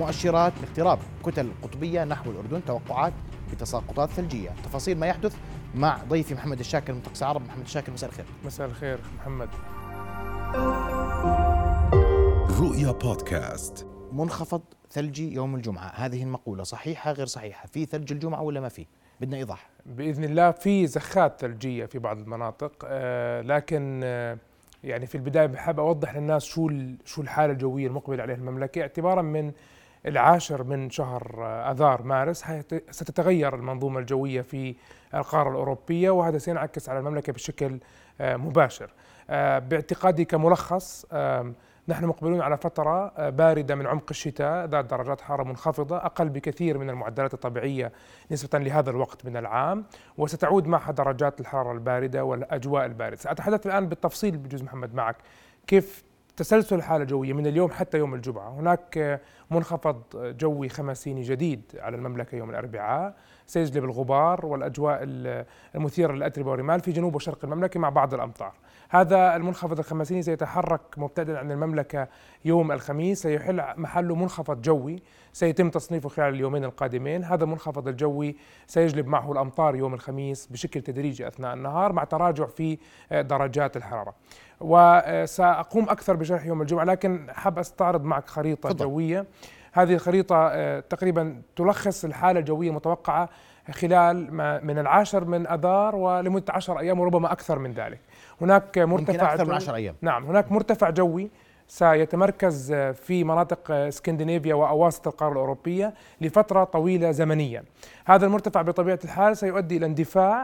مؤشرات اقتراب كتل قطبية نحو الأردن، توقعات بتساقطات ثلجية. تفاصيل ما يحدث مع ضيفي محمد الشاكر من طقس عرب. محمد الشاكر، مساء الخير. مساء الخير محمد. رؤيا بودكاست. منخفض ثلجي يوم الجمعة، هذه المقولة صحيحة غير صحيحة؟ في ثلج الجمعة ولا ما في؟ بدنا إيضاح. بإذن الله في زخات ثلجية في بعض المناطق، لكن يعني في البداية بحب أوضح للناس شو الحالة الجوية المقبلة عليها المملكة. اعتبارا من 10 من شهر آذار مارس ستتغير المنظومة الجوية في القارة الأوروبية، وهذا سينعكس على المملكة بشكل مباشر. باعتقادي كملخص، نحن مقبلون على فترة باردة من عمق الشتاء ذات درجات حرارة منخفضة أقل بكثير من المعدلات الطبيعية نسبة لهذا الوقت من العام، وستعود معها درجات الحرارة الباردة والأجواء الباردة. سأتحدث الآن بالتفصيل بجوز محمد معك كيف تسلسل الحالة الجوية من اليوم حتى يوم الجمعة. هناك منخفض جوي خماسيني جديد على المملكة يوم الأربعاء سيجلب الغبار والأجواء المثيرة للأتربة والرمال في جنوب وشرق المملكة مع بعض الأمطار. هذا المنخفض الخماسيني سيتحرك مبتدئا عن المملكة يوم الخميس، سيحل محله منخفض جوي سيتم تصنيفه خلال اليومين القادمين. هذا المنخفض الجوي سيجلب معه الأمطار يوم الخميس بشكل تدريجي أثناء النهار مع تراجع في درجات الحرارة. وسأقوم أكثر بشرح يوم الجمعة، لكن حاب أستعرض معك خريطة فضل. جوية. هذه الخريطة تقريبا تلخص الحالة الجوية المتوقعة خلال من 10 من آذار ولمدة 10 أيام وربما أكثر من ذلك. هناك مرتفع أكثر من 10 أيام. نعم، هناك مرتفع جوي سيتمركز في مناطق اسكندنافيا وأواسط القارة الأوروبية لفترة طويلة زمنيا. هذا المرتفع بطبيعة الحال سيؤدي إلى اندفاع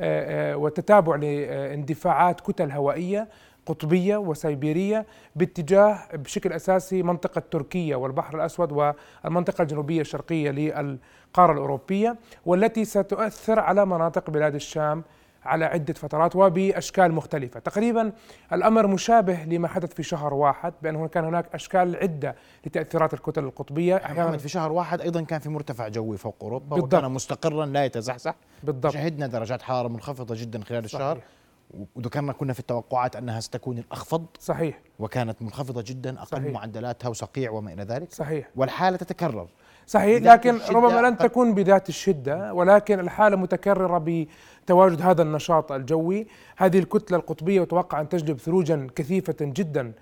وتتابع لاندفاعات كتل هوائية قطبية وسيبيرية باتجاه بشكل أساسي منطقة تركيا والبحر الأسود والمنطقة الجنوبية الشرقية للقارة الأوروبية، والتي ستؤثر على مناطق بلاد الشام على عدة فترات وبأشكال مختلفة. تقريبا الأمر مشابه لما حدث في شهر واحد، بأنه كان هناك أشكال عدة لتأثيرات الكتل القطبية. أحيانا في شهر واحد أيضا كان في مرتفع جوي فوق أوروبا بالضبط. وكان مستقرا لا يتزحزح. بالضبط. شهدنا درجات حرارة منخفضة جدا خلال الشهر، وذكرنا كنا في التوقعات أنها ستكون الأخفض. صحيح. وكانت منخفضة جدا، أقل صحيح. معدلاتها وصقيع وما إلى ذلك. صحيح. والحالة تتكرر. صحيح، لكن ربما لن تكون بذات الشدة، ولكن الحالة متكررة بتواجد هذا النشاط الجوي. هذه الكتلة القطبية وتوقع أن تجلب ثلوجا كثيفة جدا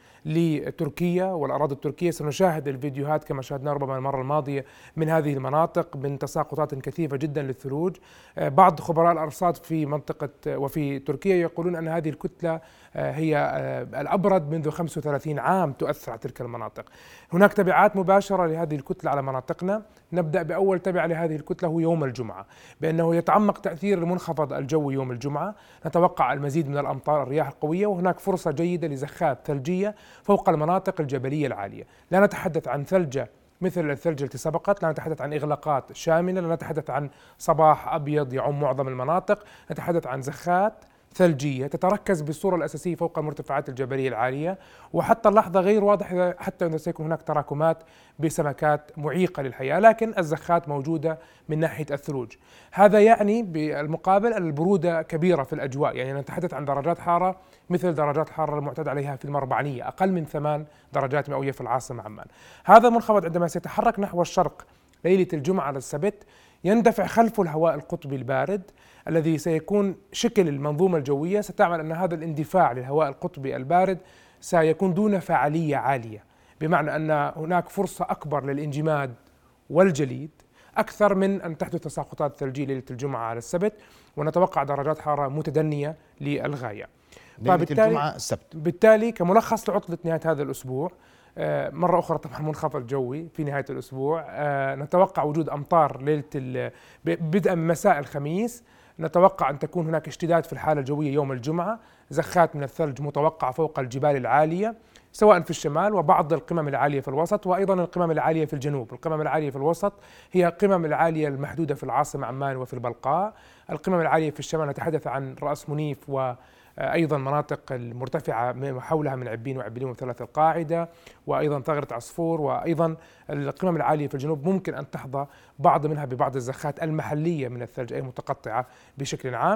لتركيا والأراضي التركية. سنشاهد الفيديوهات كما شاهدنا ربما المرة الماضية من هذه المناطق من تساقطات كثيفة جدا للثلوج. بعض خبراء الأرصاد في منطقة وفي تركيا يقولون أن هذه الكتلة هي الأبرد منذ 35 عام تؤثر على تلك المناطق. هناك تبعات مباشرة لهذه الكتلة على مناطقنا. نبدأ بأول تبعة لهذه الكتلة هو يوم الجمعة، بأنه يتعمق تأثير المنخفض الجوي يوم الجمعة. نتوقع المزيد من الأمطار الرياح القوية، وهناك فرصة جيدة لزخات ثلجية فوق المناطق الجبلية العالية. لا نتحدث عن ثلجة مثل الثلج التي سبقت، لا نتحدث عن إغلاقات شاملة، لا نتحدث عن صباح أبيض يعم معظم المناطق، نتحدث عن زخات ثلجية تتركز بالصورة الأساسية فوق المرتفعات الجبلية العالية. وحتى اللحظة غير واضح حتى أنه سيكون هناك تراكمات بسمكات معيقة للحياة، لكن الزخات موجودة من ناحية الثلوج. هذا يعني بالمقابل البرودة كبيرة في الأجواء، يعني نتحدث عن درجات حارة مثل درجات الحرارة المعتاد عليها في المربعانية، أقل من 8 درجات مئوية في العاصمة عمان. هذا المنخفض عندما سيتحرك نحو الشرق ليلة الجمعة على السبت يندفع خلفه الهواء القطبي البارد الذي سيكون شكل المنظومة الجوية. ستعمل أن هذا الاندفاع للهواء القطبي البارد سيكون دون فاعلية عالية، بمعنى أن هناك فرصة أكبر للانجماد والجليد أكثر من أن تحدث تساقطات ثلجية ليلة الجمعة على السبت، ونتوقع درجات حرارة متدنية للغاية. ليلة الجمعة السبت. بالتالي كملخص لعطلة نهاية هذا الأسبوع، مرة أخرى طبعا منخفض جوي في نهاية الأسبوع. نتوقع وجود أمطار ليلة بدءا من مساء الخميس. نتوقع أن تكون هناك اشتداد في الحالة الجوية يوم الجمعة. زخات من الثلج متوقعة فوق الجبال العالية سواء في الشمال وبعض القمم العالية في الوسط، وأيضا القمم العالية في الجنوب. القمم العالية في الوسط هي القمم العالية المحدودة في العاصمة عمان وفي البلقاء. القمم العالية في الشمال نتحدث عن رأس منيف وأيضا مناطق المرتفعة حولها من عبين وعبلين وثلاث القاعدة، وأيضا ثغرة عصفور، وأيضا القمم العالية في الجنوب ممكن أن تحظى بعض منها ببعض الزخات المحلية من الثلج أي متقطعة بشكل عام.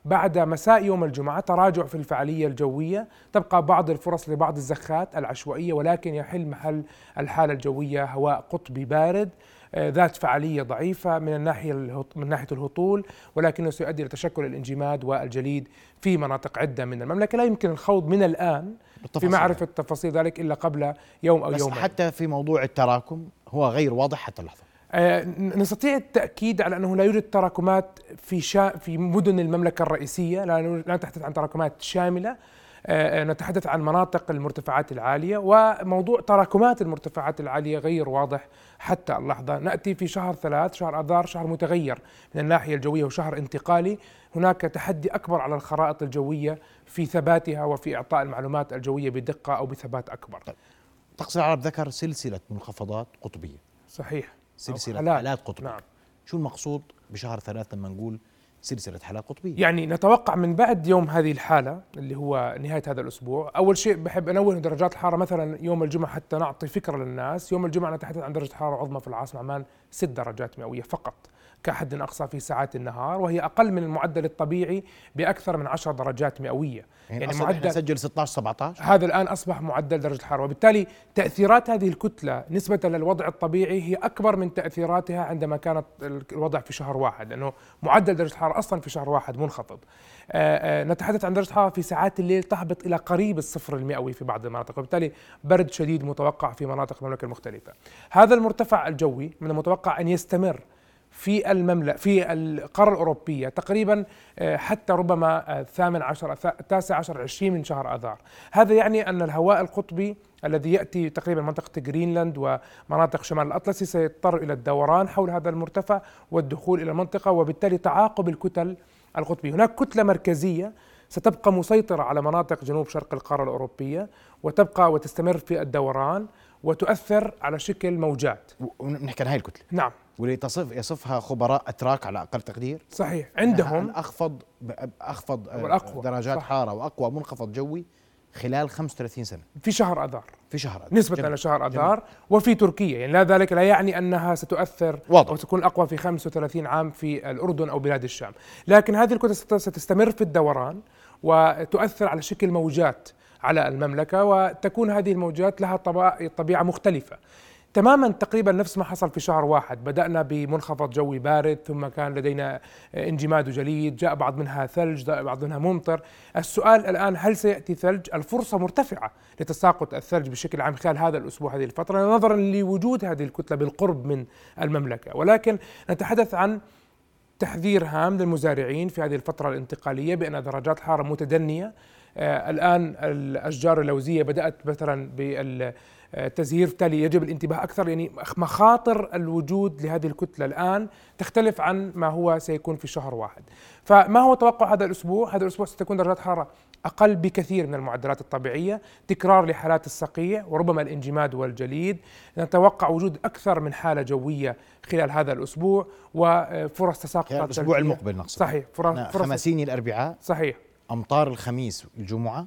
بعد مساء يوم الجمعة تراجع في الفعالية الجوية، تبقى بعض الفرص لبعض الزخات العشوائية، ولكن يحل محل الحالة الجوية هواء قطبي بارد ذات فعالية ضعيفة من ناحية الهطول، ولكنه سيؤدي إلى تشكل الانجماد والجليد في مناطق عدة من المملكة. لا يمكن الخوض من الآن في معرفة تفاصيل ذلك إلا قبل يوم أو يومين. حتى في موضوع التراكم هو غير واضح حتى اللحظة. نستطيع التأكيد على أنه لا يوجد تراكمات في مدن المملكة الرئيسية، لا نتحدث عن تراكمات شاملة، نتحدث عن مناطق المرتفعات العالية، وموضوع تراكمات المرتفعات العالية غير واضح حتى اللحظة. نأتي في شهر 3 شهر آذار، شهر متغير من الناحية الجوية وشهر انتقالي، هناك تحدي أكبر على الخرائط الجوية في ثباتها وفي إعطاء المعلومات الجوية بدقة أو بثبات أكبر. طقس العرب ذكر سلسلة منخفضات قطبية. صحيح، سلسلة حالات قطبية. نعم. شو المقصود بشهر 3 لما نقول سلسلة حالات قطبية؟ يعني نتوقع من بعد يوم هذه الحالة اللي هو نهاية هذا الأسبوع، أول شيء بحب أنوه درجات الحرارة مثلا يوم الجمعة حتى نعطي فكرة للناس. يوم الجمعة نتحدث عن درجة حرارة عظمى في العاصمة عمان 6 درجات مئوية فقط كحد أقصى في ساعات النهار، وهي أقل من المعدل الطبيعي بأكثر من 10 درجات مئوية. يعني معدل سجل 16-17، هذا الآن أصبح معدل درجة الحرارة، وبالتالي تأثيرات هذه الكتلة نسبة للوضع الطبيعي هي أكبر من تأثيراتها عندما كانت الوضع في شهر 1، لأنه معدل درجة الحرارة أصلا في شهر 1 منخفض. نتحدث عن درجة الحرارة في ساعات الليل تهبط إلى قريب الصفر المئوي في بعض المناطق، وبالتالي برد شديد متوقع في مناطق المملكة المختلفة. هذا المرتفع الجوي من المتوقع أن يستمر في القارة الأوروبية تقريبا حتى ربما 18 19 20 من شهر آذار. هذا يعني أن الهواء القطبي الذي يأتي تقريبا منطقة جرينلاند ومناطق شمال الأطلسي سيضطر إلى الدوران حول هذا المرتفع والدخول إلى المنطقة، وبالتالي تعاقب الكتل القطبية. هناك كتلة مركزية ستبقى مسيطرة على مناطق جنوب شرق القارة الأوروبية وتبقى وتستمر في الدوران وتؤثر على شكل موجات. ونحكي عن هاي الكتلة. نعم. واللي يصفها خبراء أتراك على أقل تقدير. صحيح. عندهم أخفض درجات صح. حارة وأقوى منخفض جوي خلال 35 سنة في شهر آذار. نسبة لشهر آذار. وفي تركيا، يعني ذلك لا يعني أنها ستؤثر واضح. أو تكون أقوى في 35 عام في الأردن أو بلاد الشام، لكن هذه الكتل ستستمر في الدوران وتؤثر على شكل موجات على المملكة، وتكون هذه الموجات لها طبيعة مختلفة تماما، تقريبا نفس ما حصل في شهر 1. بدأنا بمنخفض جوي بارد، ثم كان لدينا انجماد وجليد، جاء بعض منها ثلج، جاء بعض منها ممطر. السؤال الآن هل سيأتي ثلج؟ الفرصة مرتفعة لتساقط الثلج بشكل عام خلال هذا الأسبوع هذه الفترة نظرا لوجود هذه الكتلة بالقرب من المملكة، ولكن نتحدث عن تحذير هام للمزارعين في هذه الفترة الانتقالية بأن درجات الحرارة متدنية. الآن الأشجار اللوزية بدأت مثلا بالتزهير، بالتالي يجب الانتباه أكثر، يعني مخاطر الوجود لهذه الكتلة الآن تختلف عن ما هو سيكون في شهر 1. فما هو توقع هذا الأسبوع؟ هذا الأسبوع ستكون درجات حرارة أقل بكثير من المعدلات الطبيعية، تكرار لحالات الصقيع وربما الانجماد والجليد. نتوقع وجود أكثر من حالة جوية خلال هذا الأسبوع وفرص تساقط يعني الأسبوع المقبل نقصد. صحيح. خمسيني الأربعاء. صحيح. أمطار الخميس الجمعة،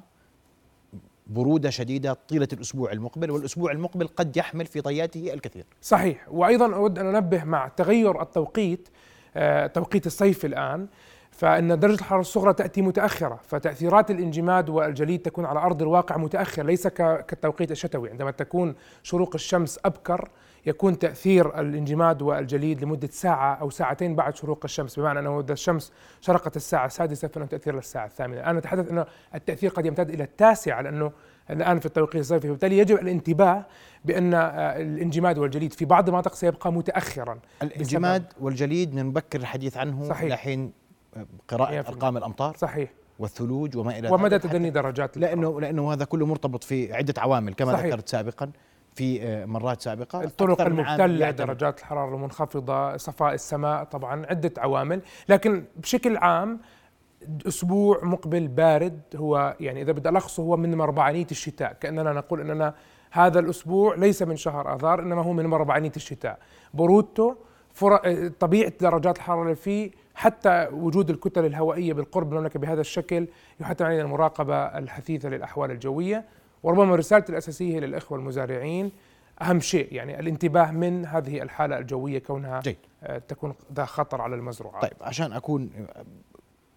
برودة شديدة طيلة الأسبوع المقبل، والأسبوع المقبل قد يحمل في طياته الكثير. صحيح. وأيضا أود أن أنبه مع تغير التوقيت، توقيت الصيف الآن، فإن درجة الحرارة الصغرى تأتي متأخرة، فتأثيرات الانجماد والجليد تكون على أرض الواقع متأخر، ليس كالتوقيت الشتوي. عندما تكون شروق الشمس أبكر يكون تأثير الانجماد والجليد لمدة ساعة أو ساعتين بعد شروق الشمس، بمعنى أنه إذا الشمس شرقت الساعة 6 فإنه تأثير للساعة 8. الآن نتحدث أنه التأثير قد يمتد إلى 9 لأنه الآن في التوقيت الصيفي، وبالتالي يجب الانتباه بأن الانجماد والجليد في بعض المناطق سيبقى متأخرا. الانجماد والجليد من مبكر الحديث عنه لحين قراءة أرقام الأمطار. صحيح. والثلوج وما إلى ذلك، ومدى تدني درجات، لأنه هذا كله مرتبط في عدة عوامل كما ذكرت سابقا في مرات سابقة. الطرق المبتلة، درجات الحرارة المنخفضة، صفاء السماء، طبعا عدة عوامل. لكن بشكل عام أسبوع مقبل بارد، هو يعني إذا بدي ألخصه هو من مربعانية الشتاء، كأننا نقول أننا هذا الأسبوع ليس من شهر آذار إنما هو من مربعانية الشتاء. برودته، طبيعة درجات الحرارة اللي فيه، حتى وجود الكتل الهوائية بالقرب من المملكة بهذا الشكل يحتم علينا المراقبة الحثيثة للأحوال الجوية. وربما رسالتي الأساسية للإخوة المزارعين أهم شيء يعني الانتباه من هذه الحالة الجوية كونها تكون ذا خطر على المزروعات. طيب، عشان أكون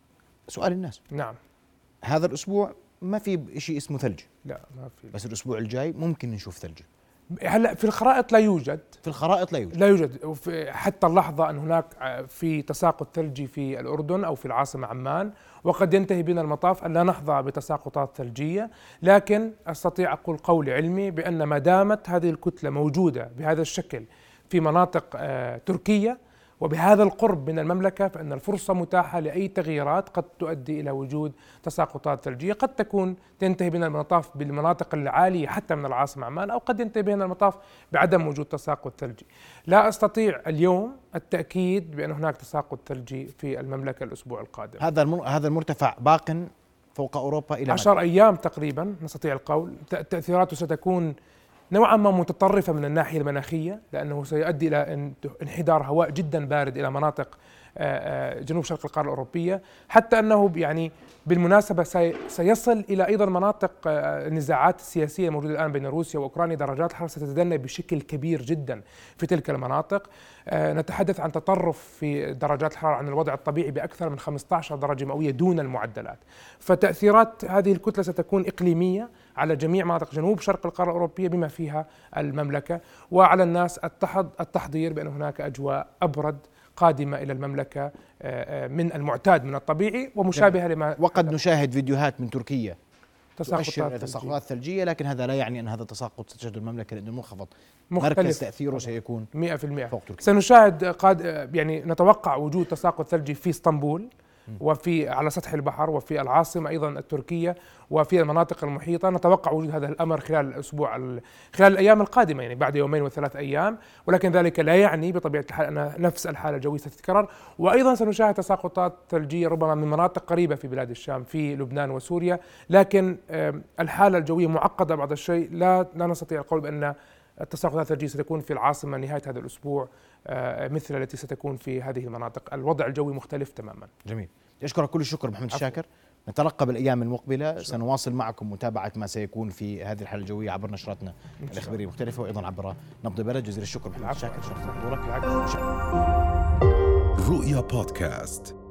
سؤال الناس. نعم. هذا الأسبوع ما في شيء اسمه ثلج. لا ما في. بس الأسبوع الجاي ممكن نشوف ثلج. هلا في الخرائط لا يوجد. في الخرائط لا يوجد. لا يوجد حتى اللحظة أن هناك في تساقط ثلجي في الأردن أو في العاصمة عمان، وقد ينتهي بنا المطاف أن لا نحظى بتساقطات ثلجية، لكن أستطيع أقول قولي علمي بأن ما دامت هذه الكتلة موجودة بهذا الشكل في مناطق تركية وبهذا القرب من المملكة، فإن الفرصة متاحة لأي تغييرات قد تؤدي إلى وجود تساقطات ثلجية، قد تكون تنتهي بنا المطاف بالمناطق العالية حتى من العاصمة عمان، أو قد ينتهي بنا المطاف بعدم وجود تساقط ثلجي. لا أستطيع اليوم التأكيد بأن هناك تساقط ثلجي في المملكة الأسبوع القادم. هذا المرتفع باق فوق أوروبا إلى 10 أيام تقريبا نستطيع القول. تأثيراته ستكون نوعا ما متطرفة من الناحية المناخية، لأنه سيؤدي إلى انحدار هواء جدا بارد إلى مناطق جنوب شرق القارة الأوروبية، حتى أنه يعني بالمناسبة سيصل إلى أيضا مناطق النزاعات السياسية الموجودة الآن بين روسيا وأوكرانيا. درجات الحرارة ستتدنى بشكل كبير جدا في تلك المناطق. نتحدث عن تطرف في درجات الحرارة عن الوضع الطبيعي بأكثر من 15 درجة مئوية دون المعدلات. فتأثيرات هذه الكتلة ستكون إقليمية على جميع مناطق جنوب شرق القارة الأوروبية بما فيها المملكة، وعلى الناس التحضير بأن هناك أجواء أبرد قادمة إلى المملكة من المعتاد من الطبيعي ومشابهة لما وقد نشاهد فيديوهات من تركيا تساقطات ثلجية، لكن هذا لا يعني أن هذا التساقط ستشهد المملكة، لأنه منخفض مختلف. مركز تأثيره سيكون 100%. فوق تركيا. سنشاهد يعني نتوقع وجود تساقط ثلجي في اسطنبول وفي على سطح البحر وفي العاصمة أيضا التركية وفي المناطق المحيطة. نتوقع وجود هذا الأمر خلال الأيام القادمة، يعني بعد 2 و3 أيام، ولكن ذلك لا يعني بطبيعة الحال أن نفس الحالة الجوية ستتكرر. وأيضا سنشاهد تساقطات ثلجية ربما من مناطق قريبة في بلاد الشام في لبنان وسوريا، لكن الحالة الجوية معقدة بعض الشيء. لا نستطيع القول بأن التساقطات الثلجية ستكون في العاصمة نهاية هذا الأسبوع مثل التي ستكون في هذه المناطق. الوضع الجوي مختلف تماما. جميل. أشكرك كل الشكر محمد الشاكر. نترقب الأيام المقبلة، سنواصل معكم متابعة ما سيكون في هذه الحالة الجوية عبر نشراتنا الإخبارية المختلفة وأيضا عبر نبض بلد. جزيل الشكر محمد الشاكر، شرفت حضورك. رؤيا بودكاست.